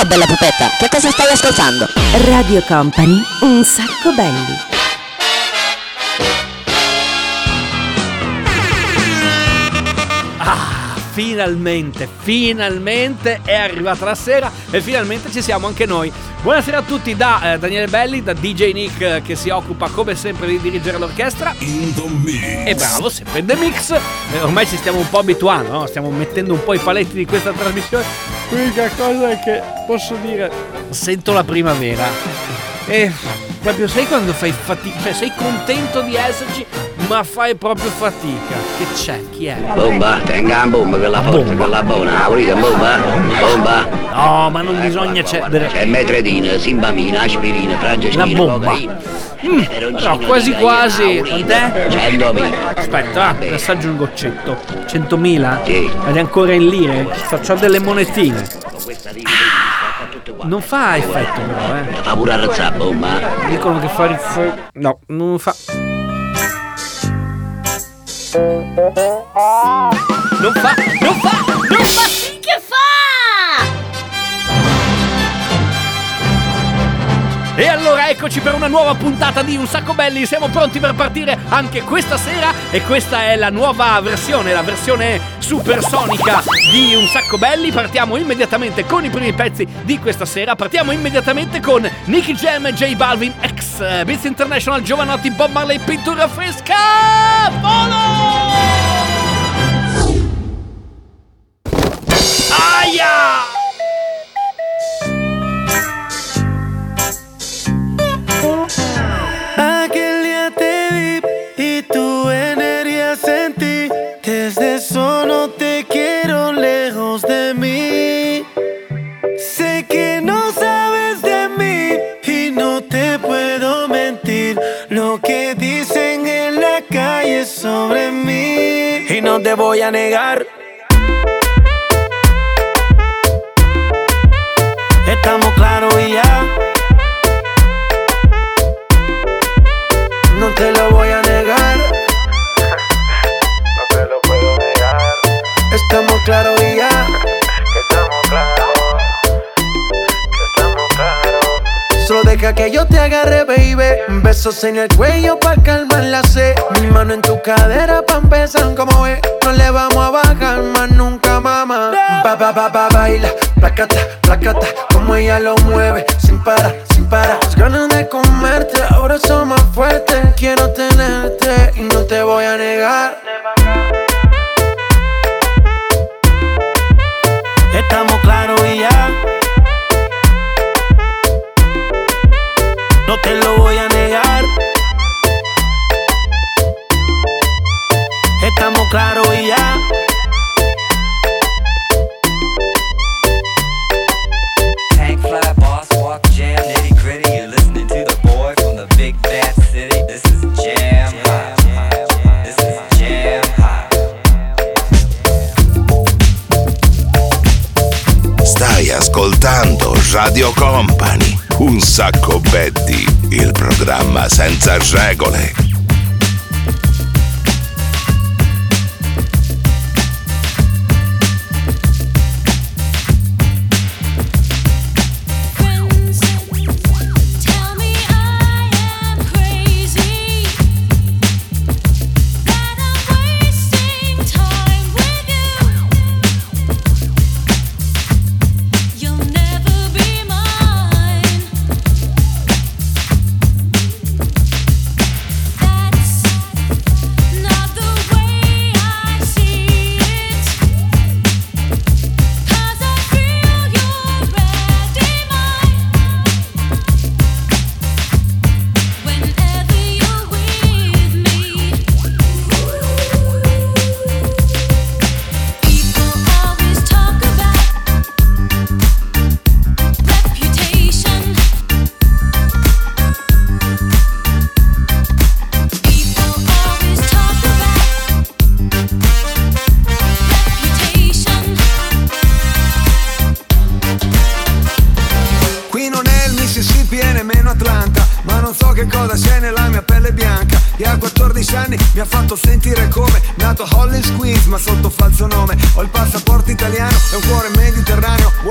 Ciao bella pupetta, che cosa stai ascoltando? Radio Company, un sacco belli. Finalmente è arrivata la sera e finalmente ci siamo anche noi. Buonasera a tutti da Daniele Belli, da DJ Nick che si occupa come sempre di dirigere l'orchestra. In the mix. E bravo, sempre in the mix. Ormai ci stiamo un po' abituando, no? Stiamo mettendo un po' i paletti di questa trasmissione. L'unica cosa è che posso dire, sento la primavera. E proprio sai quando fai fatica, cioè sei contento di esserci, ma fai proprio fatica. Che c'è? Chi è? Bomba, tenga un bomba quella forza, quella buona, avrete bomba? Bomba? No, ma non bisogna cedere. C'è metredina, simbamina, aspirina, franceschina, la bomba. No, quasi quasi. Quant'è? 100.000. Aspetta, ne assaggio un goccetto. 100.000? Sì. Ed è ancora in lire. Faccio delle monetine. Non fa effetto però, Fa pure arrazzare bomba. Dicono che fa no, non fa. Non fa sì che fa! E allora eccoci per una nuova puntata di Un Sacco Belli. Siamo pronti per partire anche questa sera e questa è la nuova versione, la versione supersonica di Un Sacco Belli. Partiamo immediatamente con i primi pezzi di questa sera. Partiamo immediatamente con Nicky Jam, J Balvin, ex Beats International, Giovanotti, Bob Marley, Pittura Fresca. Volo! Aia! Aquel día te vi y tu energía sentí. Desde eso no te quiero lejos de mí. Sé que no sabes de mí y no te puedo mentir. Lo que dicen en la calle sobre mí y no te voy a negar. Estamos claros y ya. No te lo voy a negar. No te lo puedo negar. Estamos claros y ya. Estamos claros. Estamos claros. Solo deja que yo te agarre, baby. Besos en el cuello pa' calmar la sed. Mi mano en tu cadera pa' empezar como es. No le vamos a bajar más nunca, mamá. Baila, placata, placata. Como ella lo mueve, sin parar, sin parar. Las ganas de comerte, ahora son más fuertes. Quiero tenerte y no te voy a negar. Estamos claros y ya. No te lo voy a negar. Estamos claros y ya. Tank fly, boss walk, jam, nitty gritty. You're listening to the boy from the big bad city. This is jam hot. This is jam hot. Stai ascoltando Radio Company, Un Sacco Belli, il programma senza regole. cosa c'è nella mia pelle bianca, e a 14 anni mi ha fatto sentire come nato Hollis Queens ma sotto falso nome. Ho il passaporto italiano e un cuore mediterraneo,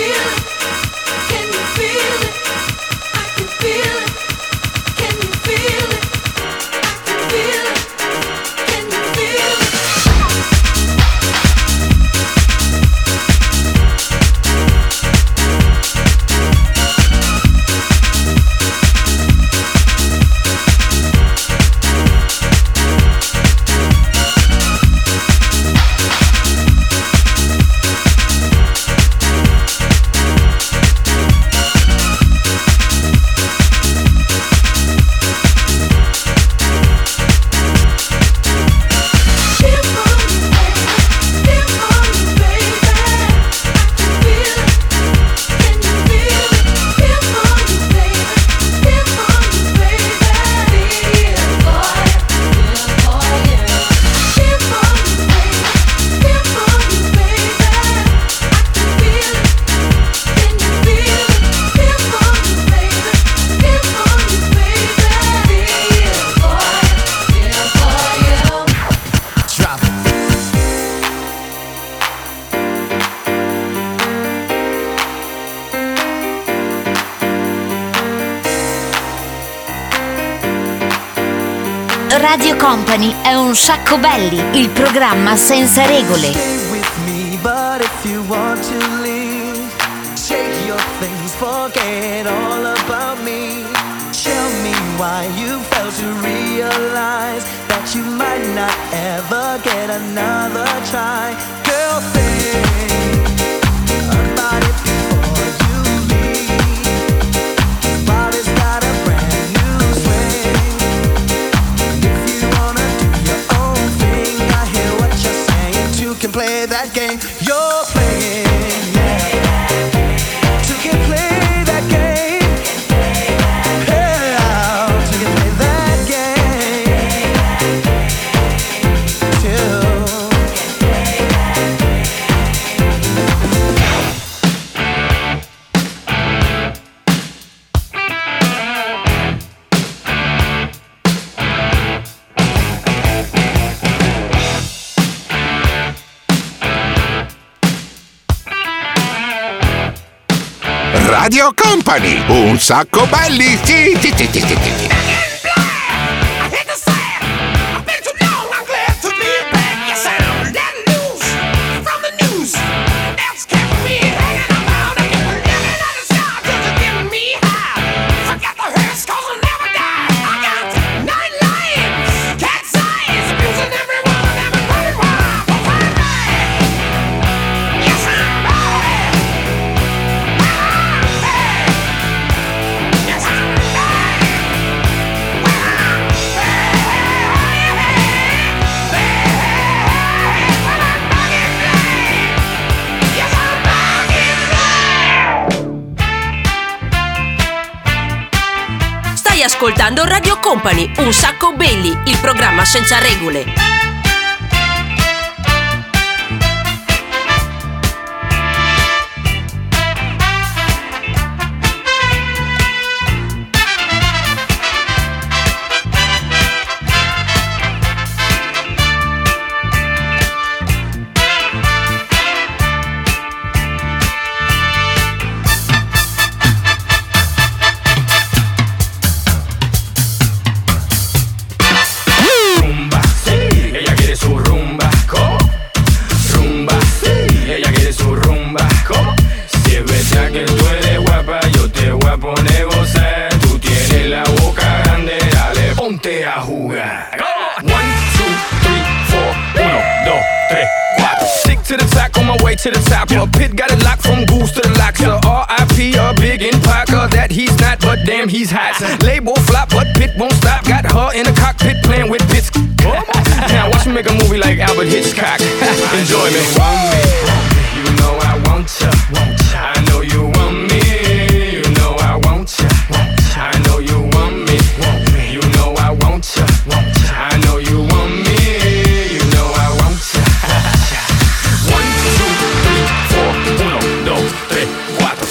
feel it? Can you feel it? I can feel Radio Company è Un Sacco Belli, il programma senza regole. Stay with me, but if you want to leave, shake your things, forget all about me. Tell me why you failed to realize that you might not ever get another try. Girl, think about it before you leave. Body's got a brand new swing. If you wanna do your own thing, I hear what you're saying. Two can play that game you're playing. Two can play that game. Radio Company, Un Sacco Belli, sì, sì, sì, sì, sì, sì. Ascoltando Radio Company, Un Sacco Belli, il programma senza regole. To the top, a pit got it locked from goose to the locks. So R.I.P. a big in Parker that he's not, but damn he's hot. Label flop, but Pit won't stop. Got her in the cockpit playing with bits. Now watch me make a movie like Albert Hitchcock. Enjoy me. You know I want ya. I know you want me. You know I want ya. I know you want me. You know I want ya. I know you want me. You know I want ya. 1, 2, 3, 4, 1, 2, 3, 4.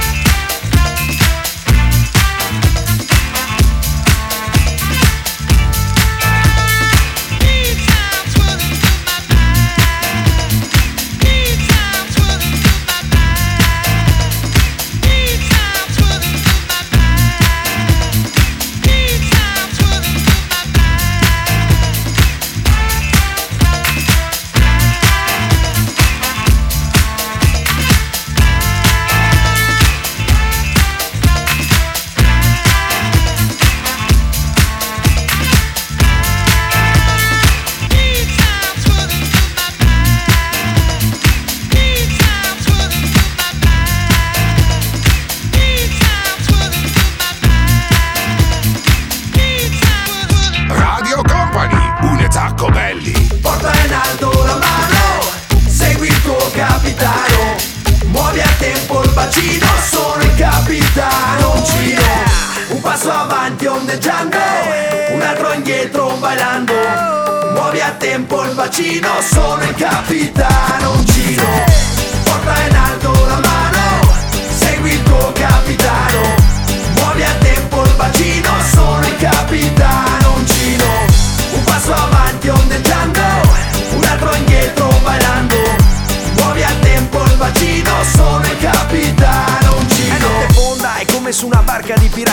Sono il capitano, un giro, porta in alto la mano, segui il tuo capitano, muovi a tempo il bacino, sono il capitano, un giro, un passo avanti ondeggiando, un altro indietro bailando, muovi a tempo il bacino, sono il capitano, un giro. È notte fonda, è come su una barca di pirati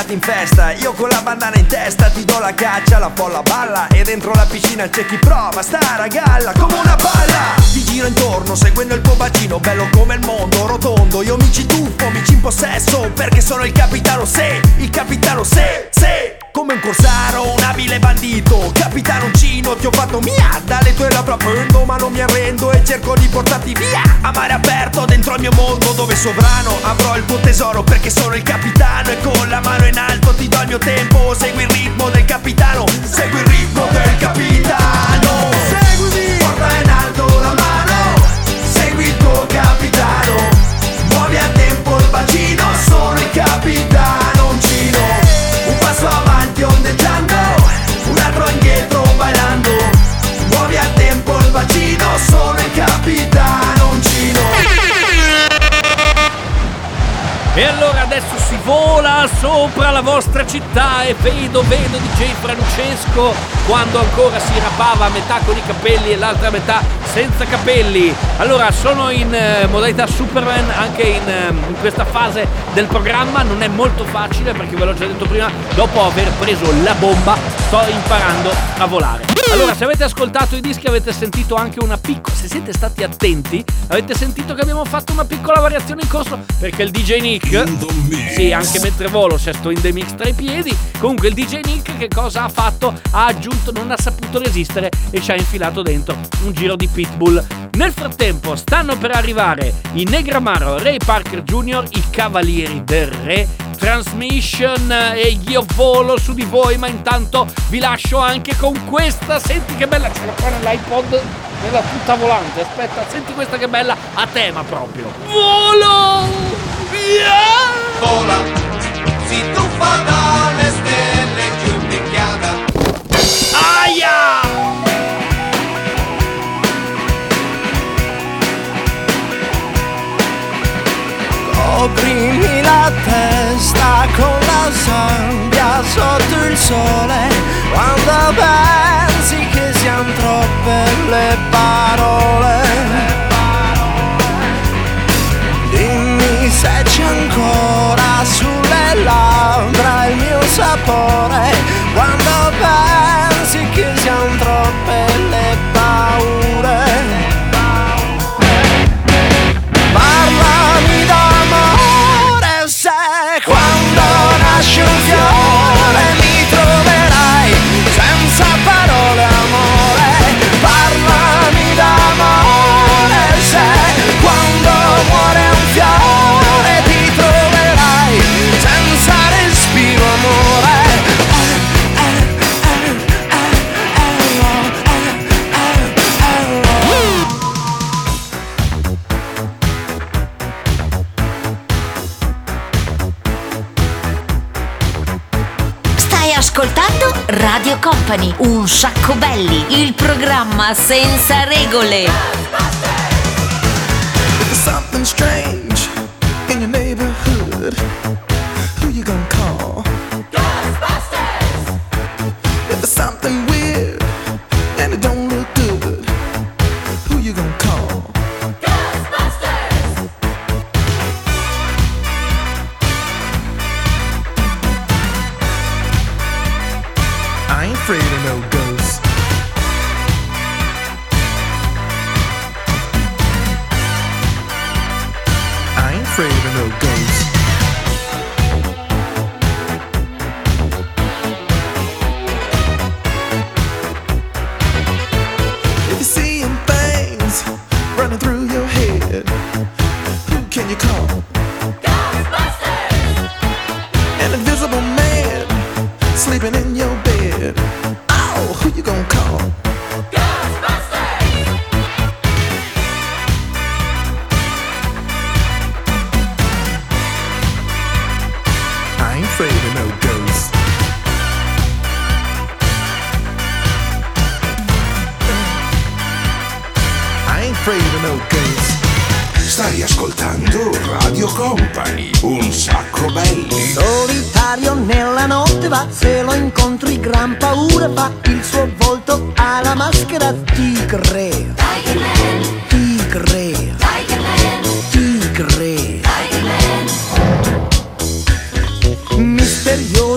portarti in festa. Io con la bandana in testa ti do la caccia, la folla balla e dentro la piscina c'è chi prova, stare a galla come una palla. Ti giro intorno seguendo il tuo bacino, bello come il mondo, rotondo. Io mi ci tuffo, mi ci impossesso, perché sono il capitano, il capitano, come un corsaro, un abile bandito. Capitanoncino, ti ho fatto mia, dalle tue labbra prendo, ma non mi arrendo e cerco di portarti via a mare aperto dentro il mio mondo, dove sovrano avrò il tuo tesoro, perché sono il capitano e con la mano in alto ti do il mio tempo. Segui il ritmo del capitano, segui il ritmo del capitano. Seguimi, porta in alto la mano, segui il tuo capitano, muovi a tempo il bacino, sono il capitanoncino. Un passo avanti ondeggiando, un altro indietro bailando, muovi a tempo il bacino, sono il capitanoncino. E allora adesso si vola sopra la vostra città e vedo DJ Francesco quando ancora si rapava a metà con i capelli e l'altra metà senza capelli. Allora sono in modalità Superman anche in questa fase del programma. Non è molto facile perché ve l'ho già detto prima, dopo aver preso la bomba sto imparando a volare. Allora, se avete ascoltato i dischi avete sentito anche una piccola, se siete stati attenti avete sentito che abbiamo fatto una piccola variazione in corso, perché il DJ Nick, sì, anche mentre volo se sto in The Mix tra i piedi, comunque il DJ Nick che cosa ha fatto? Ha aggiunto, non ha saputo resistere e ci ha infilato dentro un giro di Pitbull. Nel frattempo stanno per arrivare i Negramaro, Ray Parker Jr., i Cavalieri del Re, Transmission e io volo su di voi, ma intanto vi lascio anche con questa. Senti che bella, ce l'ho qua nell'iPod, nella tutta volante. Aspetta, senti questa che bella, a tema proprio. Volo! Yeah! Vola, si tuffa dalle stelle giù in picchiata. Aia! Coprimi la testa con la sabbia sotto il sole, quando pensi che siano troppe le parole. Dimmi se c'è ancora sulle labbra il mio sapore, quando pensi che siano troppe le paure. Parlami d'amore, se quando nasce un fiore mi troverai senza parole, amore. Parlami d'amore, se quando muore un fiore ti troverai senza respiro, amore. Ascoltando Radio Company, un sacco belli, il programma senza regole. If there's something strange in your neighborhood, who you gonna call? Ghostbusters! If there's something weird and it don't look good, who you gonna call? Ghostbusters! I ain't afraid of no ghosts. I ain't afraid of no ghosts. If you're seeing things running through your head, who can you call? Ghostbusters! An invisible man sleeping in your bed. Oh, who you gonna call? Ghostbusters! I ain't afraid of no ghosts. I ain't afraid of no ghosts. Stai ascoltando Radio Company, un sacco belli. Solitario nella notte va, se lo incontri gran paura fa, il suo volto ha la maschera tigre. Tigre. Tigre. Misterioso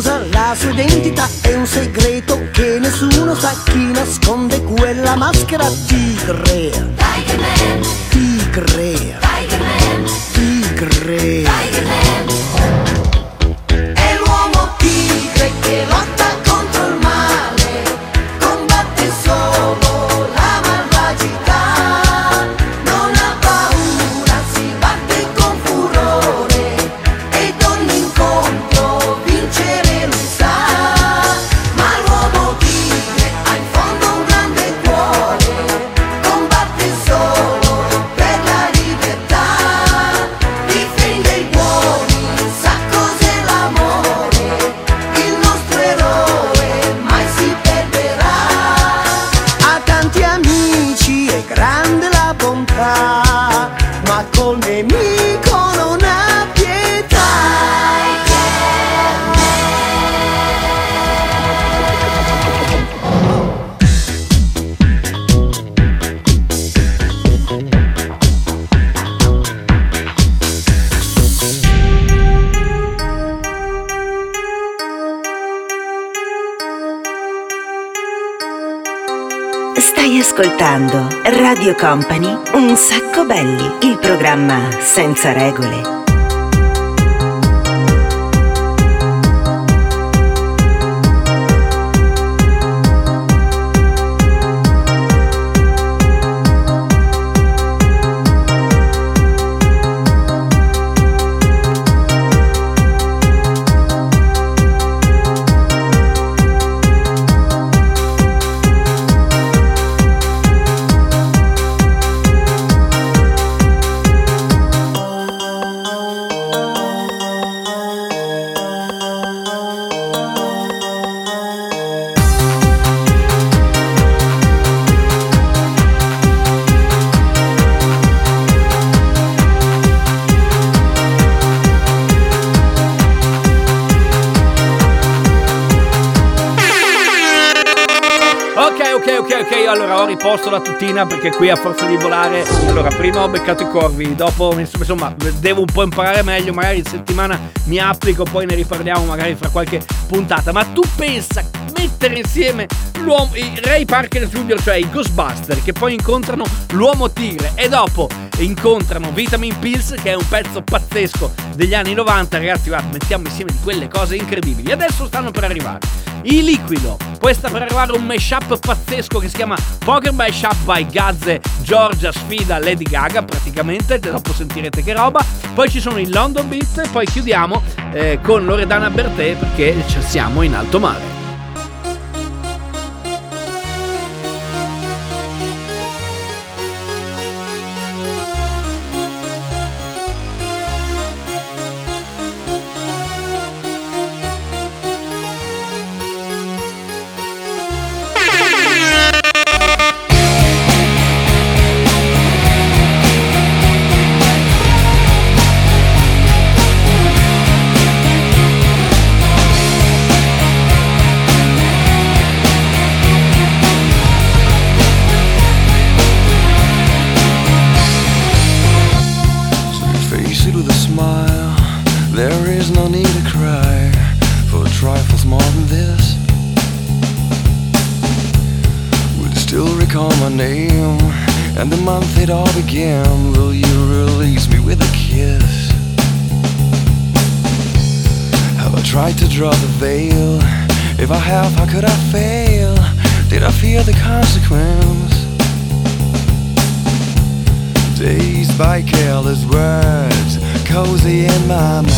lo sa chi nasconde quella maschera tigre? Tigerman. Tigre. Tigerman. Tigre. Tigerman. È l'uomo tigre che lotta contro il male, combatte solo la malvagità, non ha paura, si batte con furore ed ogni incontro vincere lui sa. Ma l'uomo tigre ha in fondo un grande cuore, combatte solo per la libertà, difende i buoni, sa cos'è l'amore, il nostro eroe mai si perderà. Ha tanti amici, è grande la bontà, ma col nemico non ha pietà. Stai ascoltando Radio Company, Un Sacco Belli, il programma senza regole. Ok, allora ho riposto la tuttina perché qui a forza di volare, allora prima ho beccato i corvi, dopo insomma devo un po' imparare meglio, magari in settimana mi applico, poi ne riparliamo magari fra qualche puntata. Ma tu pensa mettere insieme Ray Parker Jr., cioè i Ghostbuster, che poi incontrano l'uomo tigre e dopo incontrano Vitamin Pills, che è un pezzo pazzesco degli anni 90, ragazzi, guarda, mettiamo insieme di quelle cose incredibili. Adesso stanno per arrivare i Liquido, poi sta per arrivare un mashup pazzesco che si chiama Poker Mashup by Gazze, Giorgia sfida Lady Gaga praticamente, dopo sentirete che roba. Poi ci sono i London Beat e poi chiudiamo con Loredana Bertè, perché ci siamo in alto mare. It all began. Will you release me with a kiss? Have I tried to draw the veil? If I have, how could I fail? Did I fear the consequence? Dazed by careless words, cozy in my mind.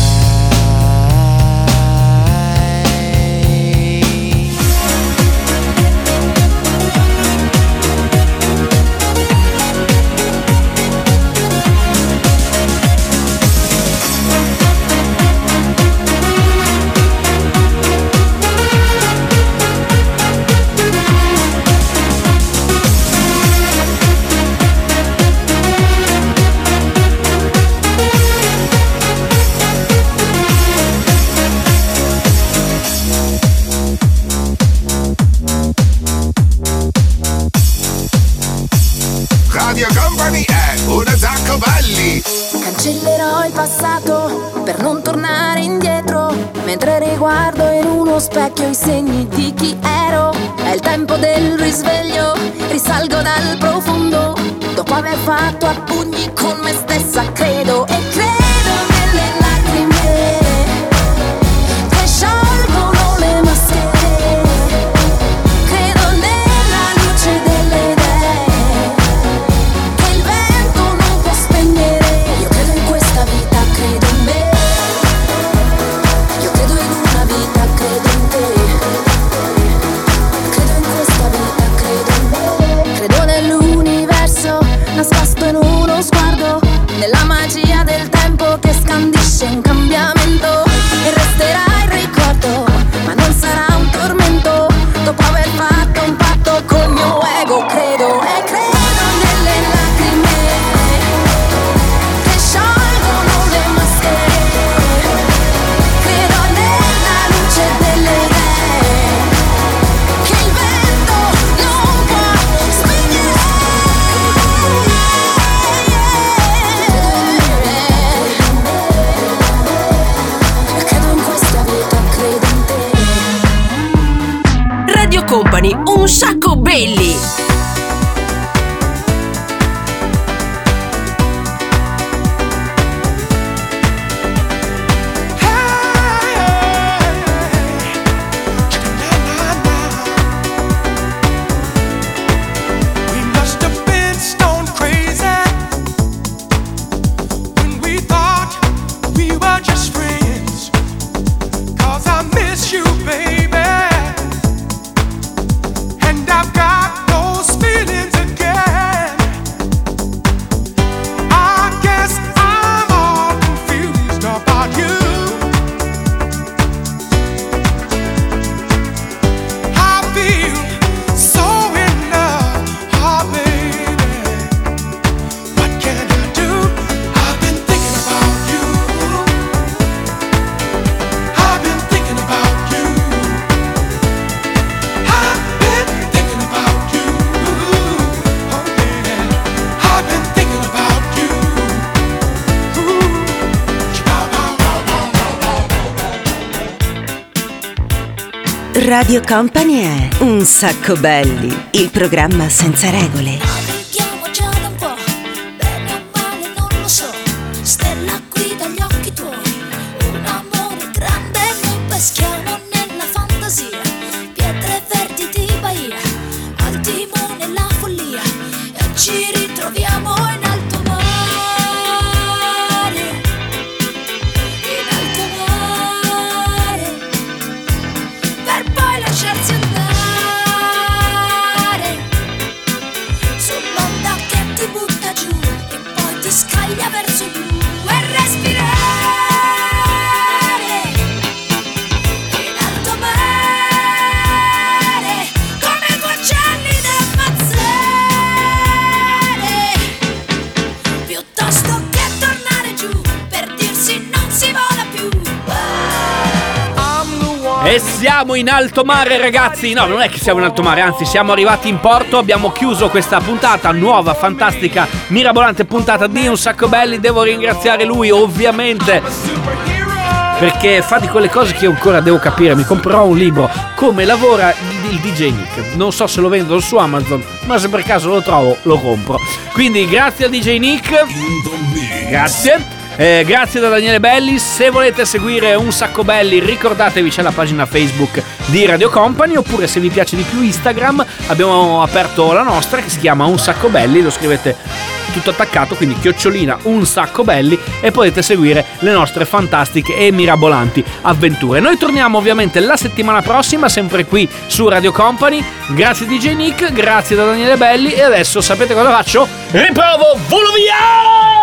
Radio Company è Un Sacco Belli. Cancellerò il passato per non tornare indietro. mentre riguardo in uno specchio i segni di chi ero. È il tempo del risveglio, risalgo dal profondo, dopo aver fatto a pugni con me stessa, credo e credo nelle lacrime che sciolgono le maschere, credo nella luce delle idee che il vento non può spegnere. Io credo in questa vita, credo in me, io credo in una vita, credo in te, credo in questa vita, credo in me, credo nell'universo nascosto in uno sguardo, nella magia del tempo che scandisce un cambiamento, e resterà il ricordo, ma non sarà un tormento, dopo aver fatto un patto col mio ego, credo e credo nelle lacrime che sciolgono le maschere, credo nella luce delle idee che il vento non può spegnere. Credo in questa vita, credo in te. Radio Company, un sacco belli. We must have been stone crazy when we thought we were just friends. 'Cause I miss you, baby, and I've got those feelings again. I guess I'm all confused about you. I feel so in love, oh baby. What can I do? I've been thinking about you. I've been thinking about you. I've been thinking about you. Oh yeah. I've been thinking about you. Radio Company è Un Sacco Belli, il programma senza regole. Chiamo già da un po', bene o male non lo so, stella qui dagli occhi tuoi, un amore grande, noi peschiamo nella fantasia, pietre verdi di Bahia, al timone la follia, e ci ritroviamo in alto mare, in alto mare, per poi lasciarsi andare sull'onda che ti butta giù e poi ti scaglia verso blu e respirare in alto mare come due uccelli da ammazzare, piuttosto che tornare giù per dirsi non si vola più. E siamo in alto mare, ragazzi. No, non è che siamo in alto mare, anzi siamo arrivati in porto. Abbiamo chiuso questa puntata, nuova, fantastica, mirabolante puntata di Un Sacco Belli. Devo ringraziare lui, ovviamente, perché fa di quelle cose che io ancora devo capire. Mi comprerò un libro, come lavora il DJ Nick. Non so se lo vendono su Amazon, ma se per caso lo trovo lo compro. Quindi grazie a DJ Nick. Grazie. Grazie da Daniele Belli. Se volete seguire Un Sacco Belli, ricordatevi c'è la pagina Facebook di Radio Company, oppure se vi piace di più Instagram abbiamo aperto la nostra che si chiama Un Sacco Belli, lo scrivete tutto attaccato, quindi @ Un Sacco Belli, e potete seguire le nostre fantastiche e mirabolanti avventure. Noi torniamo ovviamente la settimana prossima, sempre qui su Radio Company. Grazie DJ Nick, grazie da Daniele Belli, e adesso sapete cosa faccio? Riprovo, volo via!